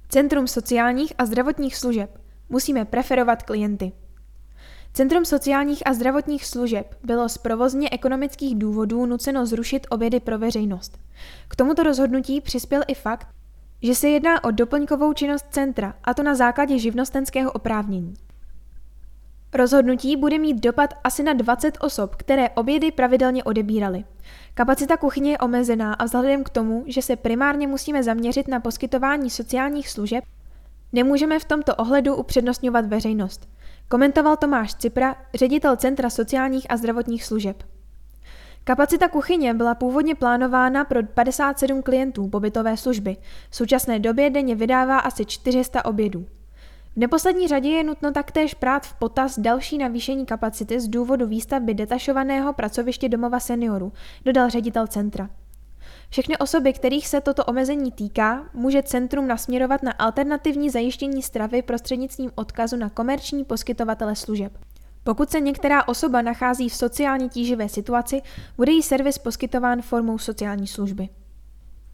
Centrum sociálních a zdravotních služeb. Musíme preferovat klienty. Centrum sociálních a zdravotních služeb bylo z provozně ekonomických důvodů nuceno zrušit obědy pro veřejnost. K tomuto rozhodnutí přispěl i fakt, že se jedná o doplňkovou činnost centra, a to na základě živnostenského oprávnění. Rozhodnutí bude mít dopad asi na 20 osob, které obědy pravidelně odebíraly. Kapacita kuchyně je omezená a vzhledem k tomu, že se primárně musíme zaměřit na poskytování sociálních služeb, nemůžeme v tomto ohledu upřednostňovat veřejnost, komentoval Tomáš Cipra, ředitel Centra sociálních a zdravotních služeb. Kapacita kuchyně byla původně plánována pro 57 klientů pobytové služby. V současné době denně vydává asi 400 obědů. V neposlední řadě je nutno taktéž brát v potaz další navýšení kapacity z důvodu výstavby detašovaného pracoviště domova seniorů, dodal ředitel centra. Všechny osoby, kterých se toto omezení týká, může centrum nasměrovat na alternativní zajištění stravy prostřednictvím odkazu na komerční poskytovatele služeb. Pokud se některá osoba nachází v sociálně tíživé situaci, bude jí servis poskytován formou sociální služby.